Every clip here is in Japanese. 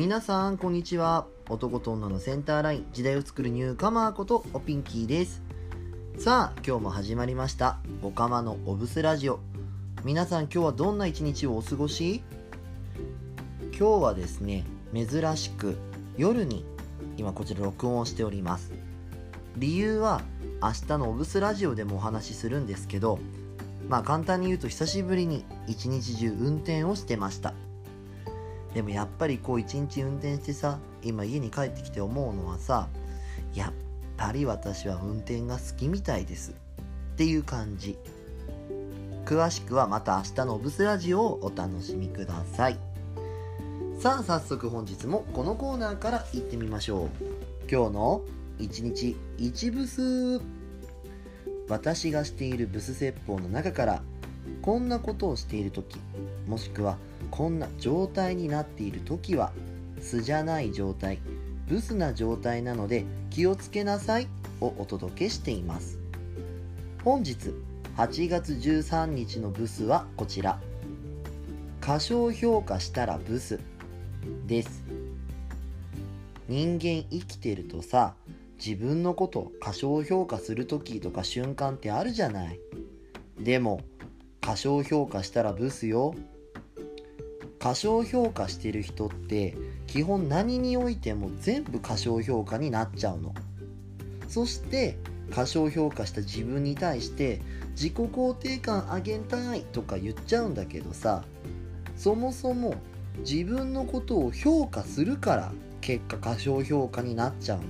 皆さんこんにちは。男と女のセンターライン、時代を作るニューカマーことおピンキーです。さあ今日も始まりましたおかまのおブスラジオ。皆さん今日はどんな一日をお過ごし？今日はですね、珍しく夜に今こちら録音をしております。理由は明日のおブスラジオでもお話しするんですけど、簡単に言うと久しぶりに一日中運転をしてました。でもやっぱり一日運転してさ、今家に帰ってきて思うのはさ、やっぱり私は運転が好きみたいですっていう感じ。詳しくはまた明日のオブスラジオをお楽しみください。さあ早速本日もこのコーナーから行ってみましょう。今日の一日一ブス。私がしているブス説法の中から、こんなことをしているとき、もしくはこんな状態になっているときは素じゃない状態、ブスな状態なので気をつけなさいをお届けしています。本日8月13日のブスはこちら。過小評価したらブスです。人間生きてるとさ、自分のことを過小評価する時とか瞬間ってあるじゃない。でも過小評価したらブスよ。過小評価してる人って基本何においても全部過小評価になっちゃうの。そして過小評価した自分に対して自己肯定感上げたいとか言っちゃうんだけどさ、そもそも自分のことを評価するから結果過小評価になっちゃうの。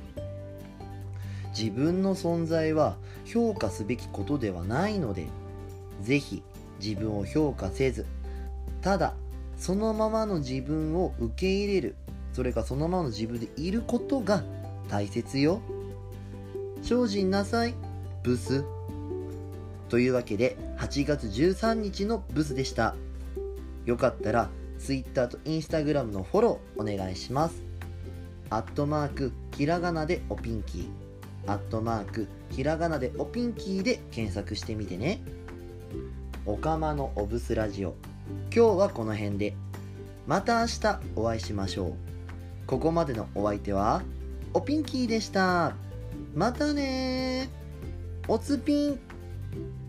自分の存在は評価すべきことではないので、ぜひ自分を評価せず、ただそのままの自分を受け入れる、それがそのままの自分でいることが大切よ。精進なさいブス。というわけで8月13日のブスでした。よかったら Twitter と Instagram のフォローお願いします。ひらがなでおピンキー、ひらがなでおピンキーで検索してみてね。おかまのおブスラジオ、今日はこの辺で。また明日お会いしましょう。ここまでのお相手はおピンキーでした。またねー。おつぴん。